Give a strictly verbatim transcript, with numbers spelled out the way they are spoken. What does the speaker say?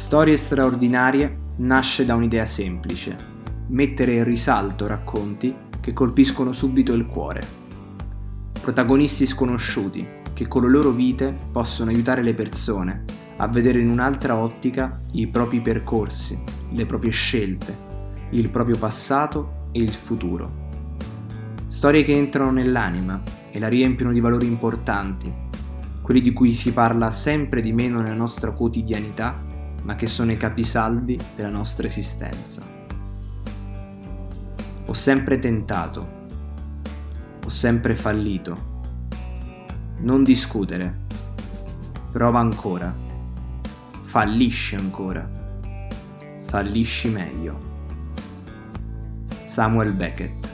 Storie straordinarie nasce da un'idea semplice: mettere in risalto racconti che colpiscono subito il cuore. Protagonisti sconosciuti che con le loro vite possono aiutare le persone a vedere in un'altra ottica i propri percorsi, le proprie scelte, il proprio passato e il futuro. Storie che entrano nell'anima e la riempiono di valori importanti, quelli di cui si parla sempre di meno nella nostra quotidianità, ma che sono i capisaldi della nostra esistenza. Ho sempre tentato, ho sempre fallito. Non discutere, prova ancora, fallisci ancora, fallisci meglio. Samuel Beckett.